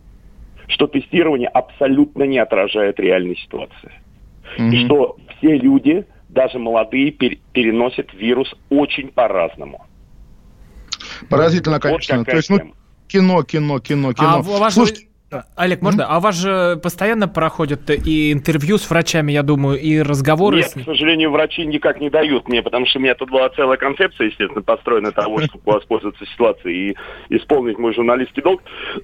Что тестирование абсолютно не отражает реальной ситуации. Mm-hmm. И что все люди, даже молодые, пер- переносят вирус очень по-разному. Поразительно, конечно. Вот То есть, ну, кино, кино, кино, кино. А ваш... Слушайте, Олег, можно? Mm-hmm. А у вас же постоянно проходят и интервью с врачами, я думаю, и разговоры Нет, с ними? к сожалению, врачи никак не дают мне, потому что у меня тут была целая концепция, естественно, построена того, чтобы воспользоваться ситуацией и исполнить мой журналистский долг.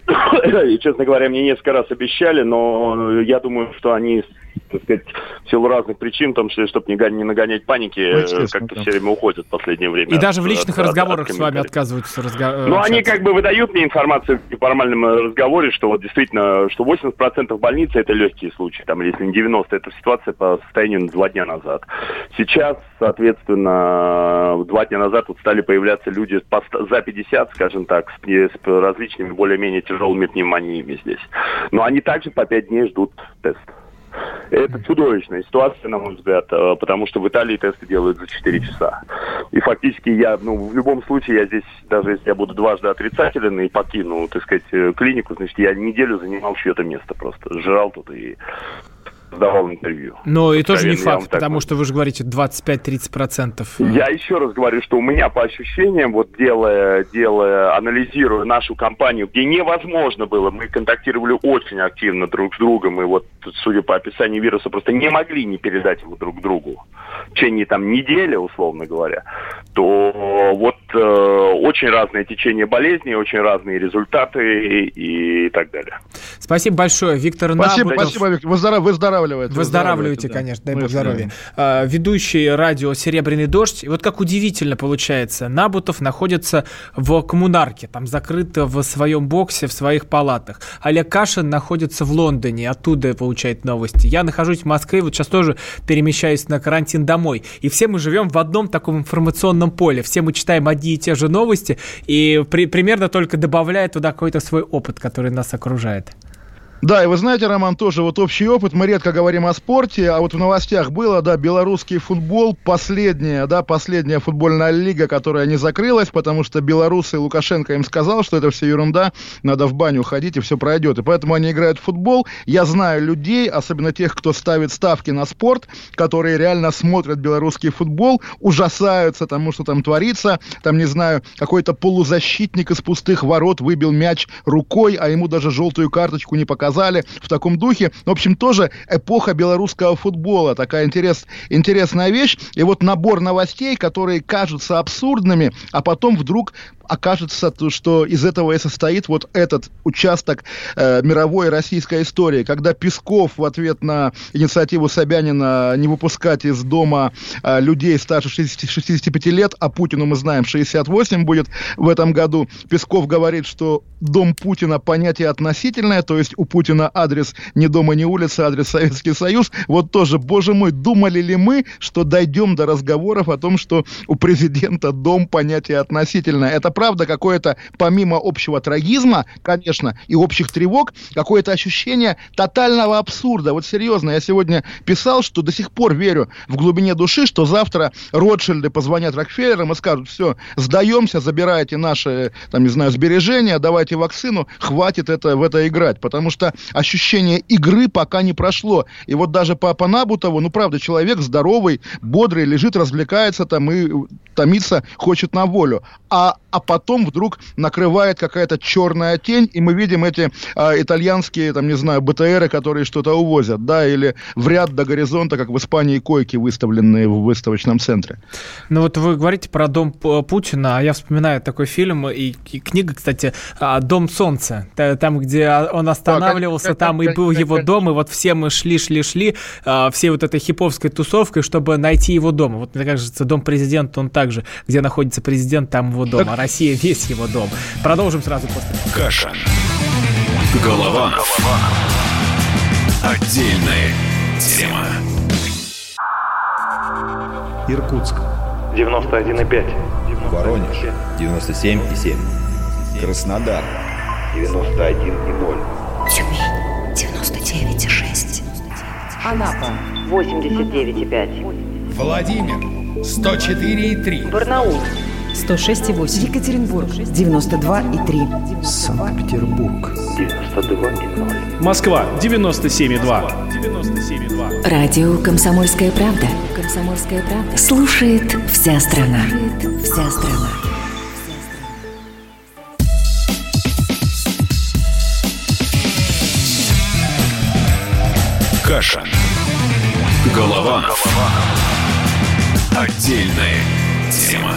И, честно говоря, мне несколько раз обещали, но я думаю, что они, так сказать, в силу разных причин, в том числе, чтобы не нагонять паники, ну, как-то да. все время уходят в последнее время. И от, даже в личных от, разговорах от с вами отказываются разговаривать. Ну, они как бы выдают мне информацию в неформальном разговоре, что вот действительно, что восемьдесят процентов больницы это легкие случаи, там, если не девяносто процентов, это ситуация по состоянию два дня назад. Сейчас, соответственно, два дня назад вот стали появляться люди за пятьдесят, скажем так, с, с различными более-менее тяжелыми пневмониями здесь. Но они также по пять дней ждут тест. Это чудовищная ситуация, на мой взгляд, потому что в Италии тесты делают за четыре часа. И фактически я, ну, в любом случае, я здесь, даже если я буду дважды отрицателен и покину, так сказать, клинику, значит, я неделю занимал чье-то место просто. Жрал тут и сдавал интервью. Но и тоже не факт, потому что вы же говорите двадцать пять - тридцать процентов. Я еще раз говорю, что у меня по ощущениям, вот делая, делая, анализируя нашу компанию, где невозможно было, мы контактировали очень активно друг с другом, и вот, судя по описанию вируса, просто не могли не передать его друг другу в течение там недели, условно говоря, то вот э, очень разное течение болезни, очень разные результаты и, и так далее. Спасибо большое, Виктор Спасибо, Набутов. спасибо, Виктор. Выздоравливайте. Выздоравливаете, выздоравливаете, да. конечно, дай Мы бог здоровья. А, ведущий радио «Серебряный дождь». И вот как удивительно получается, Набутов находится в коммунарке, там закрыт в своем боксе, в своих палатах. Олег Кашин находится в Лондоне, оттуда получает новости. Я нахожусь в Москве, вот сейчас тоже перемещаюсь на карантин домой. И все мы живем в одном таком информационном поле. Все мы читаем одни и те же новости, и при, примерно только добавляя туда какой-то свой опыт, который нас окружает. Да, и вы знаете, Роман, тоже вот общий опыт, мы редко говорим о спорте, а вот в новостях было, да, белорусский футбол, последняя, да, последняя футбольная лига, которая не закрылась, потому что белорусы, Лукашенко им сказал, что это все ерунда, надо в баню ходить, и все пройдет, и поэтому они играют в футбол. Я знаю людей, особенно тех, кто ставит ставки на спорт, которые реально смотрят белорусский футбол, ужасаются тому, что там творится, там, не знаю, какой-то полузащитник из пустых ворот выбил мяч рукой, а ему даже желтую карточку не показали, в таком духе. В общем, тоже эпоха белорусского футбола. Такая интерес, интересная вещь. И вот набор новостей, которые кажутся абсурдными, а потом вдруг окажется, что из этого и состоит вот этот участок э, мировой российской истории, когда Песков в ответ на инициативу Собянина не выпускать из дома э, людей старше шестидесяти пяти лет, а Путину, мы знаем, шестьдесят восемь будет в этом году, Песков говорит, что дом Путина понятие относительное, то есть у Путина адрес не дома, не улица, адрес Советский Союз. Вот тоже, боже мой, думали ли мы, что дойдем до разговоров о том, что у президента дом понятие относительное? Это правда какое-то, помимо общего трагизма, конечно, и общих тревог, какое-то ощущение тотального абсурда. Вот серьезно, я сегодня писал, что до сих пор верю в глубине души, что завтра Ротшильды позвонят Рокфеллерам и скажут: все, сдаемся, забирайте наши, там, не знаю, сбережения, давайте вакцину, хватит это, в это играть. Потому что что ощущение игры пока не прошло. И вот даже по, по Набутову, ну, правда, человек здоровый, бодрый, лежит, развлекается там и томится, хочет на волю. А, а потом вдруг накрывает какая-то черная тень, и мы видим эти а, итальянские, там, не знаю, БТРы, которые что-то увозят, да, или в ряд до горизонта, как в Испании, койки, выставленные в выставочном центре. Ну вот вы говорите про дом Путина, а я вспоминаю такой фильм и, и книга, кстати, «Дом солнца», там, где он останавливался, а, там как, и был как, его как, дом, и вот все мы шли, шли, шли, всей вот этой хиповской тусовкой, чтобы найти его дом. Вот, мне кажется, дом президента, он также, где находится президент, там его дом, а Россия весь его дом. Продолжим сразу после. Кашин. Голованов. Отдельная тема. Иркутск. девяносто один и пять. Воронеж. девяносто семь и семь. Краснодар. девяносто один и ноль. Тюмень. девяносто девять и шесть. Анапа. восемьдесят девять и пять. Владимир. сто четыре и три. Барнаул. сто шесть и восемь. Екатеринбург. девяносто два и три. Санкт-Петербург. девяносто два и ноль. Москва. девяносто семь и два. Радио «Комсомольская правда». «Комсомольская правда». Слушает вся страна. Слушает вся страна. Кашин. Голованов. Отдельная тема.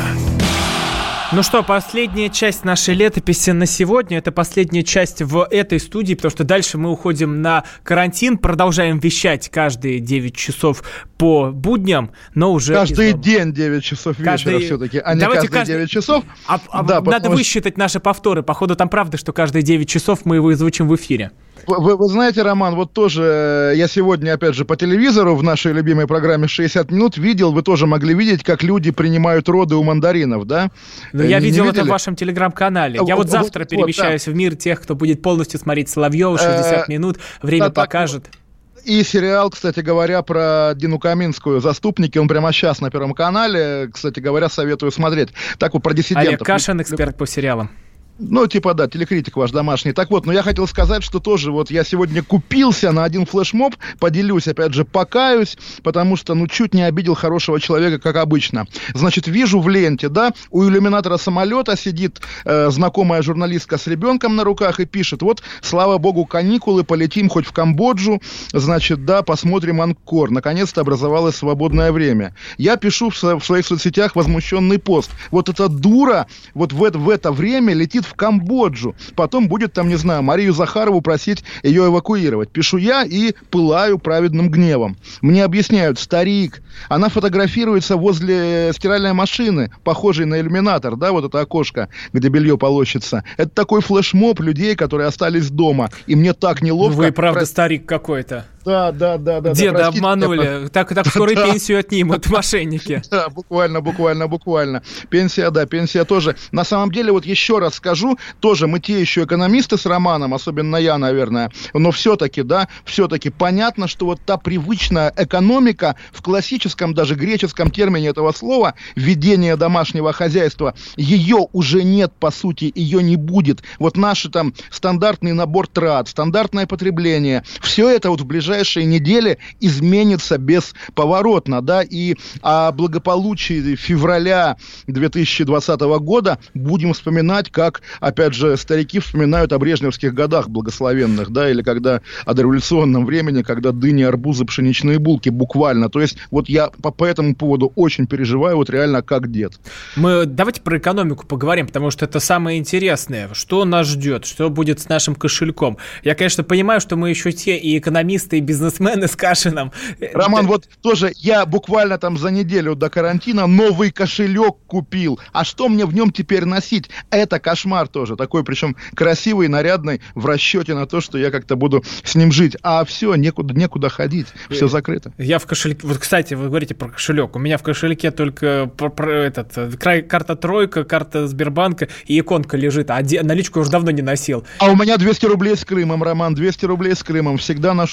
Ну что, последняя часть нашей летописи на сегодня. Это последняя часть в этой студии, потому что дальше мы уходим на карантин, продолжаем вещать каждые девять часов по будням, но уже... Каждый день девять часов вечера каждый... все-таки, а не Давайте каждые каждый... девять часов. А, а, да, надо потому... высчитать наши повторы. Походу, там правда, что каждые девять часов мы его звучим в эфире. Вы, вы знаете, Роман, вот тоже я сегодня, опять же, по телевизору в нашей любимой программе «шестьдесят минут» видел, вы тоже могли видеть, как люди принимают роды у мандаринов, да? Ну, я не, видел не это в вашем телеграм-канале. Я вот, вот завтра вот, перемещаюсь вот, да. в мир тех, кто будет полностью смотреть Соловьева, шестьдесят минут, время да, покажет. И сериал, кстати говоря, про Дину Каминскую «Заступники», он прямо сейчас на Первом канале, кстати говоря, советую смотреть. Так вот, про диссидентов. Олег Кашин, эксперт по сериалам. Ну, типа, да, телекритик ваш домашний. Так вот, но я хотел сказать, что тоже вот я сегодня купился на один флешмоб, поделюсь, опять же, покаюсь, потому что, ну, чуть не обидел хорошего человека, как обычно. Значит, вижу в ленте, да, у иллюминатора самолета сидит э, знакомая журналистка с ребенком на руках и пишет, вот, слава богу, каникулы, полетим хоть в Камбоджу, значит, да, посмотрим Анкор. Наконец-то образовалось свободное время. Я пишу в, в своих соцсетях возмущенный пост. Вот эта дура вот в это, в это время летит в Камбоджу. Потом будет там, не знаю, Марию Захарову просить ее эвакуировать. Пишу я и пылаю праведным гневом. Мне объясняют, старик, она фотографируется возле стиральной машины, похожей на иллюминатор, да, вот это окошко, где белье полощется. Это такой флешмоб людей, которые остались дома. И мне так неловко. Вы, правда, Про... старик какой-то. Да, да, да, да. Деда да, обманули. Я... Так, так скоро и пенсию отнимут мошенники. Да, буквально, буквально, буквально. Пенсия, да, пенсия тоже. На самом деле, вот еще раз скажу, тоже мы те еще экономисты с Романом, особенно я, наверное, но все-таки, да, все-таки понятно, что вот та привычная экономика в классическом, даже греческом термине этого слова, ведение домашнего хозяйства, ее уже нет, по сути, ее не будет. Вот наш там стандартный набор трат, стандартное потребление, все это вот в ближайшие недели изменится бесповоротно, да, и о благополучии февраля две тысячи двадцатого года будем вспоминать, как, опять же, старики вспоминают о брежневских годах благословенных, да, или когда о дореволюционном времени, когда дыни, арбузы, пшеничные булки, буквально. То есть вот я по, по этому поводу очень переживаю, вот реально как дед. Мы давайте про экономику поговорим, потому что это самое интересное. Что нас ждет? Что будет с нашим кошельком? Я, конечно, понимаю, что мы еще те и экономисты, и бизнесмены с Кашиным. Роман, вот тоже я буквально там за неделю до карантина новый кошелек купил. А что мне в нем теперь носить? Это кошмар тоже. Такой, причем красивый, нарядный, в расчете на то, что я как-то буду с ним жить. А все, некуда, некуда ходить. Все закрыто. Я в кошельке... Вот, кстати, вы говорите про кошелек. У меня в кошельке только про, про этот, край, карта Тройка, карта Сбербанка и иконка лежит. А де... наличку уже давно не носил. А у меня двести рублей с Крымом, Роман. двести рублей с Крымом. Всегда ношу у себя.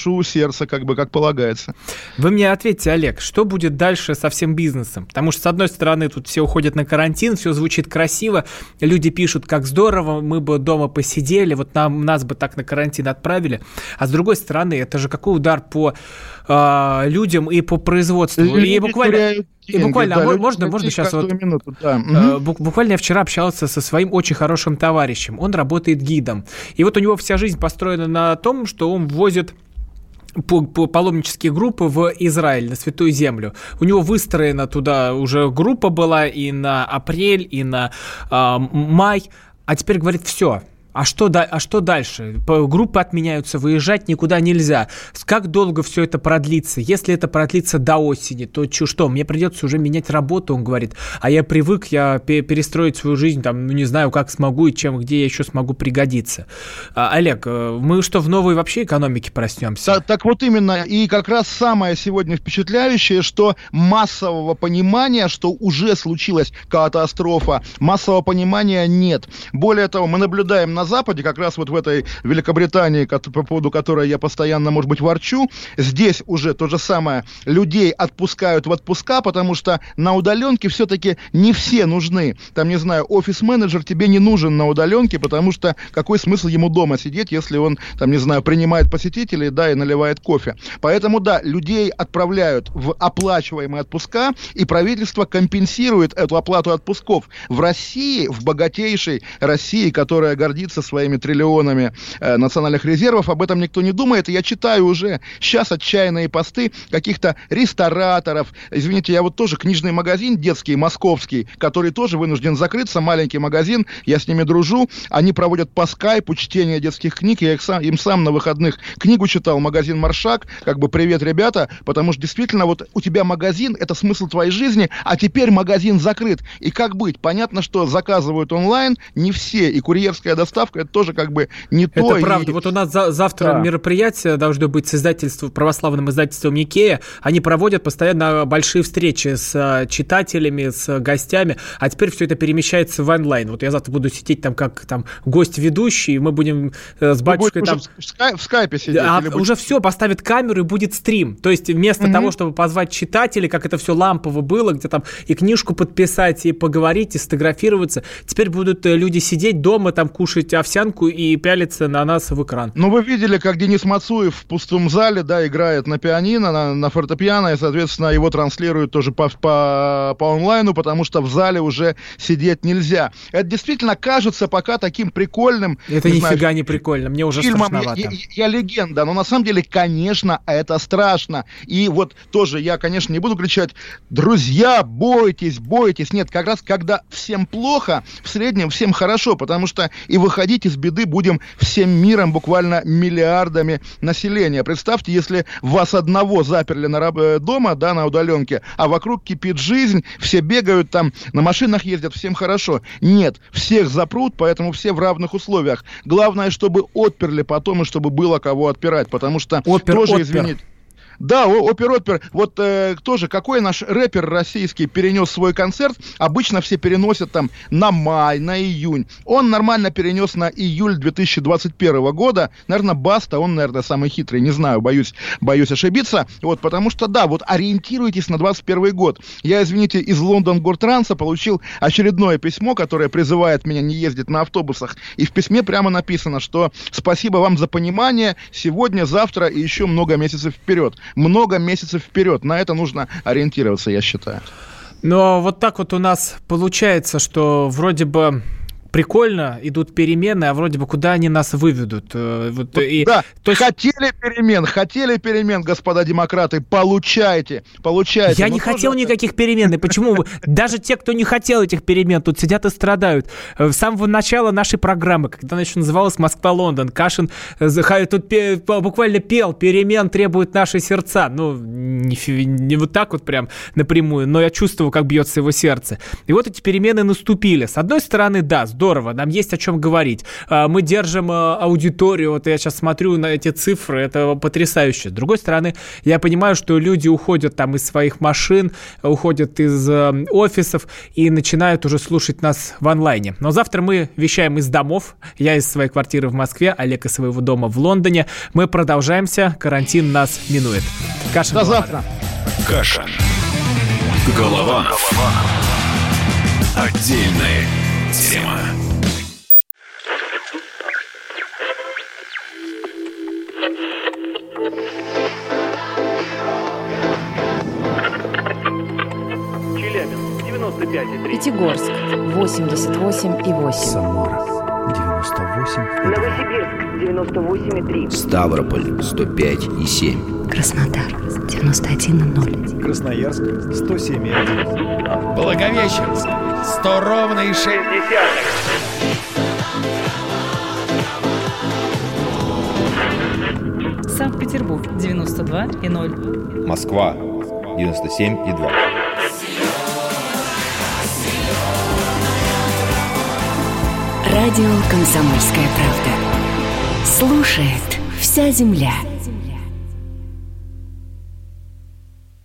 сердце, как бы, как полагается. Вы мне ответьте, Олег, что будет дальше со всем бизнесом? Потому что, с одной стороны, тут все уходят на карантин, все звучит красиво, люди пишут, как здорово, мы бы дома посидели, вот нам, нас бы так на карантин отправили. А с другой стороны, это же какой удар по э, людям и по производству. Люди и буквально, деньги, и буквально да, а можно, можно сейчас вот... Минуту, да. э, буквально я вчера общался со своим очень хорошим товарищем. Он работает гидом. И вот у него вся жизнь построена на том, что он возит паломнические группы в Израиль, на Святую Землю. У него выстроена туда уже группа была и на апрель, и на э, май. А теперь говорит, все. А что, а что дальше? Группы отменяются, выезжать никуда нельзя. Как долго все это продлится? Если это продлится до осени, то что, мне придется уже менять работу, он говорит. А я привык, я перестроить свою жизнь, там, ну не знаю, как смогу и чем, где я еще смогу пригодиться. А, Олег, мы что, в новой вообще экономике проснемся? Так, так вот именно. И как раз самое сегодня впечатляющее, что массового понимания, что уже случилась катастрофа, массового понимания нет. Более того, мы наблюдаем на На Западе, как раз вот в этой Великобритании, по поводу которой я постоянно, может быть, ворчу, здесь уже то же самое. Людей отпускают в отпуска, потому что на удаленке все-таки не все нужны. Там, не знаю, офис-менеджер тебе не нужен на удаленке, потому что какой смысл ему дома сидеть, если он, там, не знаю, принимает посетителей, да, и наливает кофе. Поэтому, да, людей отправляют в оплачиваемые отпуска, и правительство компенсирует эту оплату отпусков. В России, в богатейшей России, которая гордится своими триллионами э, национальных резервов, об этом никто не думает. И я читаю уже сейчас отчаянные посты каких-то рестораторов. Извините, я вот тоже книжный магазин детский, московский, который тоже вынужден закрыться, маленький магазин, я с ними дружу. Они проводят по скайпу чтение детских книг, я их сам, им сам на выходных книгу читал, магазин «Маршак», как бы привет, ребята, потому что действительно вот у тебя магазин, это смысл твоей жизни, а теперь магазин закрыт. И как быть? Понятно, что заказывают онлайн не все, и курьерская доставка это тоже как бы не это то. Это правда. И... Вот у нас за- завтра да. мероприятие должно быть с издательством, православным издательством Никея. Они проводят постоянно большие встречи с а, читателями, с гостями, а теперь все это перемещается в онлайн. Вот я завтра буду сидеть там как там гость-ведущий, мы будем э, с батюшкой там... В, скай- в скайпе сидеть? А, или уже будет... все, поставят камеру и будет стрим. То есть вместо mm-hmm. того, чтобы позвать читателей, как это все лампово было, где там и книжку подписать, и поговорить, и сфотографироваться, теперь будут люди сидеть дома, там кушать овсянку и пялиться на нас в экран. Ну, вы видели, как Денис Мацуев в пустом зале, да, играет на пианино, на, на фортепиано, и, соответственно, его транслируют тоже по, по, по онлайну, потому что в зале уже сидеть нельзя. Это действительно кажется пока таким прикольным. Это не нифига знаю, не прикольно, мне уже фильмом, страшновато. Я, я, я легенда, но на самом деле, конечно, это страшно. И вот тоже я, конечно, не буду кричать, друзья, бойтесь, бойтесь. Нет, как раз когда всем плохо, в среднем всем хорошо, потому что и выходить из беды будем всем миром, буквально миллиардами населения. Представьте, если вас одного заперли на раб- дома, да, на удаленке, а вокруг кипит жизнь, все бегают там, на машинах ездят, всем хорошо. Нет, всех запрут, поэтому все в равных условиях. Главное, чтобы отперли потом, и чтобы было кого отпирать, потому что Отпер, тоже, отпер. извините, да, опер-опер. Вот э, тоже, какой наш рэпер российский перенес свой концерт, обычно все переносят там на май, на июнь. Он нормально перенес на июль две тысячи двадцать первого года. Наверное, Баста, он, наверное, самый хитрый, не знаю, боюсь, боюсь ошибиться. Вот, потому что, да, вот ориентируйтесь на двадцать первый год. Я, извините, из Лондон-Гортранса получил очередное письмо, которое призывает меня не ездить на автобусах. И в письме прямо написано, что спасибо вам за понимание сегодня, завтра и еще много месяцев вперед. Много месяцев вперед. На это нужно ориентироваться, я считаю. Но вот так вот у нас получается, что вроде бы прикольно, идут перемены, а вроде бы куда они нас выведут? Вот, вот, и, да, то есть... хотели перемен, хотели перемен, господа демократы, получайте, получайте. Я Но не тоже... хотел никаких перемен, и почему вы, даже те, кто не хотел этих перемен, тут сидят и страдают. С самого начала нашей программы, когда она еще называлась «Москва-Лондон», Кашин тут буквально пел «Перемен требуют наши сердца». Ну, не, не вот так вот прям напрямую, но я чувствовал, как бьется его сердце. И вот эти перемены наступили. С одной стороны, да, здорово, здорово, нам есть о чем говорить. Мы держим аудиторию, вот я сейчас смотрю на эти цифры, это потрясающе. С другой стороны, я понимаю, что люди уходят там из своих машин, уходят из офисов и начинают уже слушать нас в онлайне. Но завтра мы вещаем из домов. Я из своей квартиры в Москве, Олег из своего дома в Лондоне. Мы продолжаемся, карантин нас минует. Кашин. До завтра. Кашин. Голованов. Отдельная тема. Челябинск девяносто пять и три. Пятигорск восемьдесят восемь и восемь. Самара девяносто восемь. Новосибирск девяносто восемь и три. Ставрополь сто пять и семь. Краснодар девяносто один и ноль. Красноярск сто семь и один. Благовещенск сто ровно и шесть десятых. Санкт-Петербург девяносто два и ноль. Москва девяносто семь и два. Радио «Комсомольская правда». Слушает вся земля.